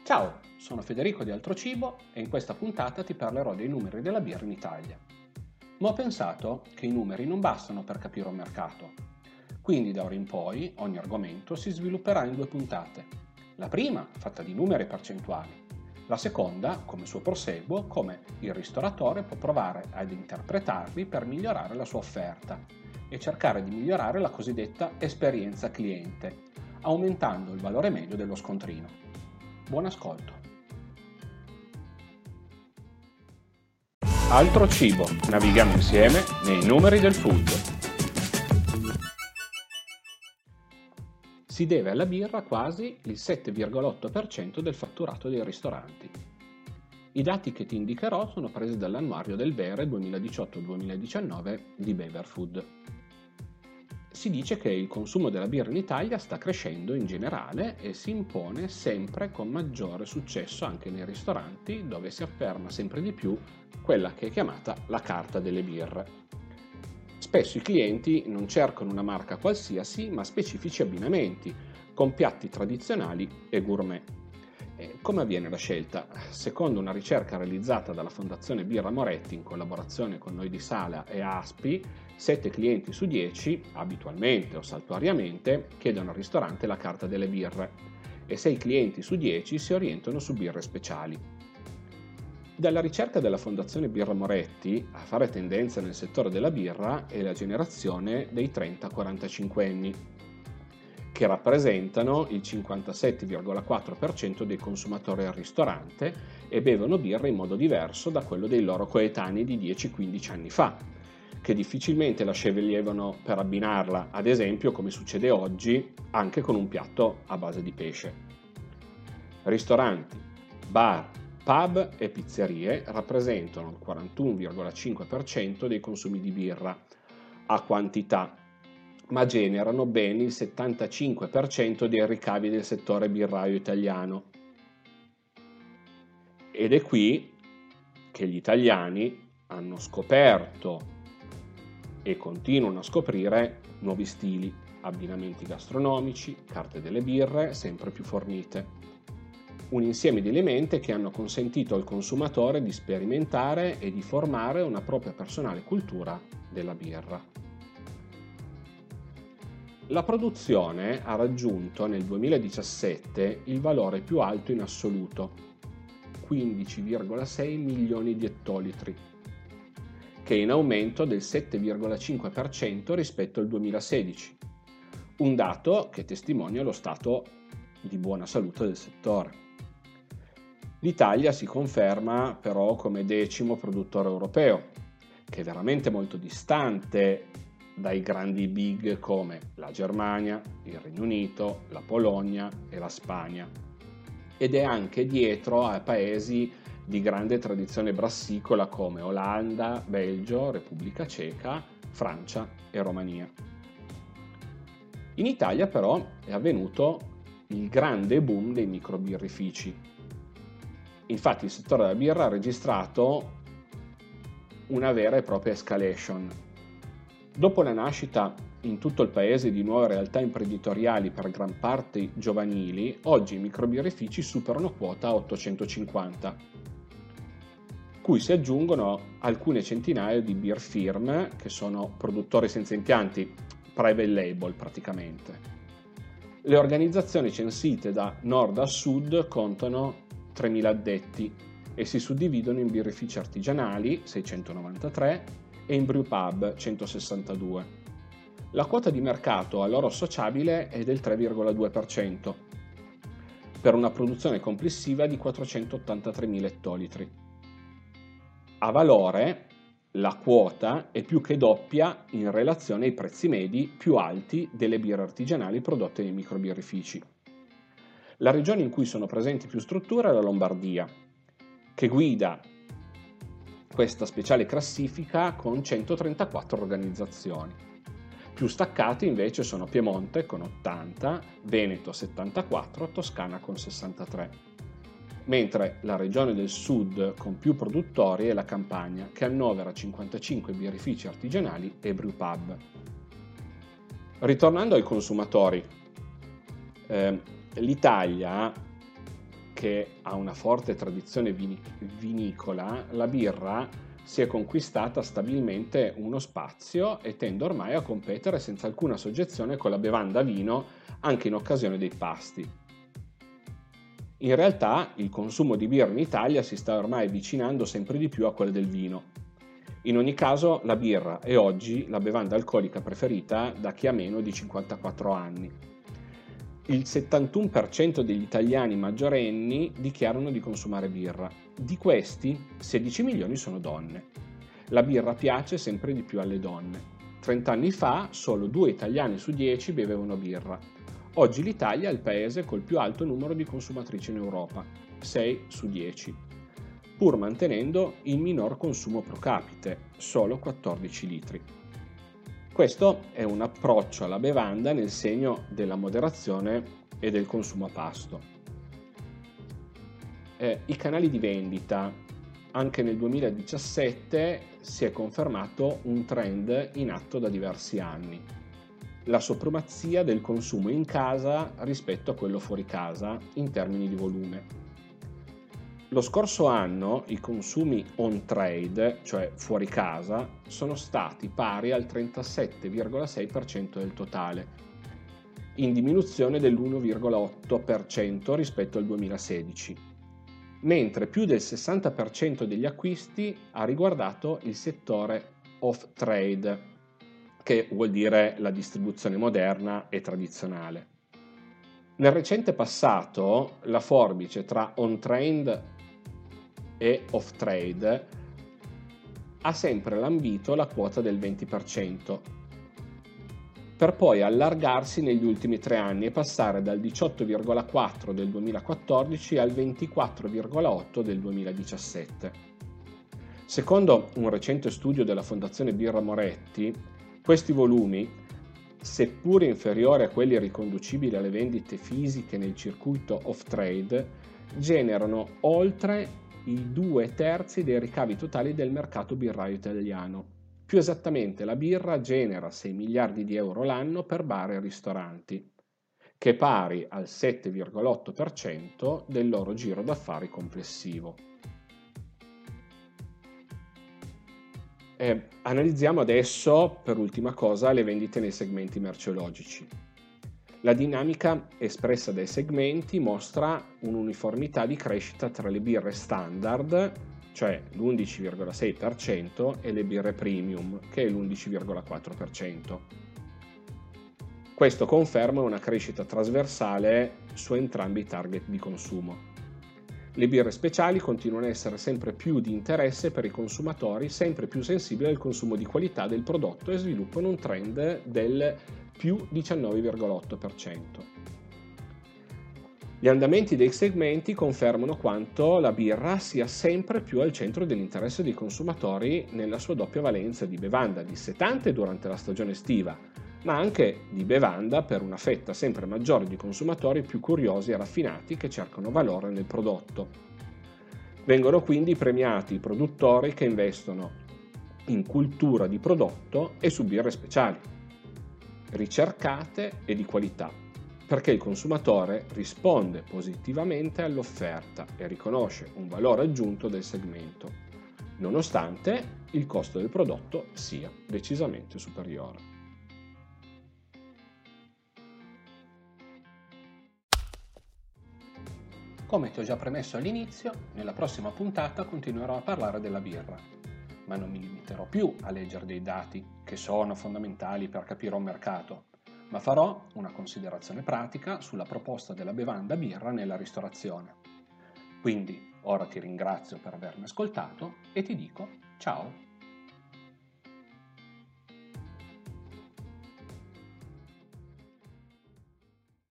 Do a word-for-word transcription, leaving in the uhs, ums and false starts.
Ciao, sono Federico di Altro Cibo e in questa puntata ti parlerò dei numeri della birra in Italia. Ma ho pensato che i numeri non bastano per capire un mercato. Quindi da ora in poi ogni argomento si svilupperà in due puntate. La prima fatta di numeri e percentuali. La seconda, come suo proseguo, come il ristoratore può provare ad interpretarli per migliorare la sua offerta e cercare di migliorare la cosiddetta esperienza cliente, aumentando il valore medio dello scontrino. Buon ascolto. Altro Cibo, navighiamo insieme nei numeri del food. Si deve alla birra quasi il sette virgola otto per cento del fatturato dei ristoranti. I dati che ti indicherò sono presi dall'annuario del Bere duemiladiciotto duemiladiciannove di Beverfood. Si dice che il consumo della birra in Italia sta crescendo in generale e si impone sempre con maggiore successo anche nei ristoranti, dove si afferma sempre di più quella che è chiamata la carta delle birre. Spesso i clienti non cercano una marca qualsiasi, ma specifici abbinamenti, con piatti tradizionali e gourmet. E come avviene la scelta? Secondo una ricerca realizzata dalla Fondazione Birra Moretti in collaborazione con Noi di Sala e A S P I, sette clienti su dieci, abitualmente o saltuariamente, chiedono al ristorante la carta delle birre e sei clienti su dieci si orientano su birre speciali. Dalla ricerca della Fondazione Birra Moretti, a fare tendenza nel settore della birra è la generazione dei trenta quarantacinque anni, che rappresentano il cinquantasette virgola quattro per cento dei consumatori al ristorante e bevono birra in modo diverso da quello dei loro coetanei di dieci quindici anni fa, che difficilmente la sceglievano per abbinarla, ad esempio, come succede oggi, anche con un piatto a base di pesce. Ristoranti, bar, pub e pizzerie rappresentano il quarantuno virgola cinque per cento dei consumi di birra a quantità, ma generano ben il settantacinque per cento dei ricavi del settore birrario italiano. Ed è qui che gli italiani hanno scoperto e continuano a scoprire nuovi stili, abbinamenti gastronomici, carte delle birre sempre più fornite. Un insieme di elementi che hanno consentito al consumatore di sperimentare e di formare una propria personale cultura della birra. La produzione ha raggiunto nel duemiladiciassette il valore più alto in assoluto, quindici virgola sei milioni di ettolitri, che è in aumento del sette virgola cinque per cento rispetto al duemilasedici, un dato che testimonia lo stato di buona salute del settore. L'Italia si conferma però come decimo produttore europeo, che è veramente molto distante dai grandi big come la Germania, il Regno Unito, la Polonia e la Spagna, ed è anche dietro a paesi di grande tradizione brassicola come Olanda, Belgio, Repubblica Ceca, Francia e Romania. In Italia però è avvenuto il grande boom dei microbirrifici. Infatti il settore della birra ha registrato una vera e propria escalation. Dopo la nascita in tutto il paese di nuove realtà imprenditoriali per gran parte giovanili, oggi i microbirrifici superano quota ottocentocinquanta, cui si aggiungono alcune centinaia di beer firm che sono produttori senza impianti, private label praticamente. Le organizzazioni censite da nord a sud contano tremila addetti e si suddividono in birrifici artigianali, seicentonovantatré, e in brewpub, centosessantadue. La quota di mercato a loro associabile è del tre virgola due per cento, per una produzione complessiva di quattrocentottantatremila ettolitri. A valore, la quota è più che doppia in relazione ai prezzi medi più alti delle birre artigianali prodotte nei microbirrifici. La regione in cui sono presenti più strutture è la Lombardia, che guida questa speciale classifica con centotrentaquattro organizzazioni. Più staccati invece sono Piemonte con ottanta, Veneto settantaquattro, Toscana con sessantatré. Mentre la regione del sud con più produttori è la Campania, che annovera cinquantacinque birrifici artigianali e brewpub. Ritornando ai consumatori, eh, l'Italia che ha una forte tradizione vinicola, la birra si è conquistata stabilmente uno spazio e tende ormai a competere senza alcuna soggezione con la bevanda vino anche in occasione dei pasti. In realtà il consumo di birra in Italia si sta ormai avvicinando sempre di più a quello del vino. In ogni caso la birra è oggi la bevanda alcolica preferita da chi ha meno di cinquantaquattro anni. Il settantuno per cento degli italiani maggiorenni dichiarano di consumare birra. Di questi, sedici milioni sono donne. La birra piace sempre di più alle donne. trenta anni fa solo due italiani su dieci bevevano birra. Oggi l'Italia è il paese col più alto numero di consumatrici in Europa, sei su dieci, pur mantenendo il minor consumo pro capite, solo quattordici litri. Questo è un approccio alla bevanda nel segno della moderazione e del consumo a pasto. Eh, I canali di vendita. Anche nel duemiladiciassette si è confermato un trend in atto da diversi anni. La supremazia del consumo in casa rispetto a quello fuori casa in termini di volume. Lo scorso anno i consumi on trade, cioè fuori casa, sono stati pari al trentasette virgola sei per cento del totale, in diminuzione dell'uno virgola otto per cento rispetto al duemilasedici, mentre più del sessanta per cento degli acquisti ha riguardato il settore off trade, che vuol dire la distribuzione moderna e tradizionale. Nel recente passato la forbice tra on-trade e off-trade ha sempre lambito la quota del venti per cento, per poi allargarsi negli ultimi tre anni e passare dal diciotto virgola quattro del duemilaquattordici al ventiquattro virgola otto del duemiladiciassette. Secondo un recente studio della Fondazione Birra Moretti, questi volumi, seppur inferiori a quelli riconducibili alle vendite fisiche nel circuito off-trade, generano oltre i due terzi dei ricavi totali del mercato birrario italiano. Più esattamente, la birra genera sei miliardi di euro l'anno per bar e ristoranti, che è pari al sette virgola otto per cento del loro giro d'affari complessivo. Eh, analizziamo adesso, per ultima cosa, le vendite nei segmenti merceologici. La dinamica espressa dai segmenti mostra un'uniformità di crescita tra le birre standard, cioè l'undici virgola sei per cento, e le birre premium, che è l'undici virgola quattro per cento. Questo conferma una crescita trasversale su entrambi i target di consumo. Le birre speciali continuano a essere sempre più di interesse per i consumatori, sempre più sensibili al consumo di qualità del prodotto, e sviluppano un trend del più diciannove virgola otto per cento. Gli andamenti dei segmenti confermano quanto la birra sia sempre più al centro dell'interesse dei consumatori nella sua doppia valenza di bevanda dissetante durante la stagione estiva, ma anche di bevanda per una fetta sempre maggiore di consumatori più curiosi e raffinati che cercano valore nel prodotto. Vengono quindi premiati i produttori che investono in cultura di prodotto e su birre speciali, ricercate e di qualità, perché il consumatore risponde positivamente all'offerta e riconosce un valore aggiunto del segmento, nonostante il costo del prodotto sia decisamente superiore. Come ti ho già premesso all'inizio, nella prossima puntata continuerò a parlare della birra, ma non mi limiterò più a leggere dei dati, che sono fondamentali per capire un mercato, ma farò una considerazione pratica sulla proposta della bevanda birra nella ristorazione. Quindi ora ti ringrazio per avermi ascoltato e ti dico ciao!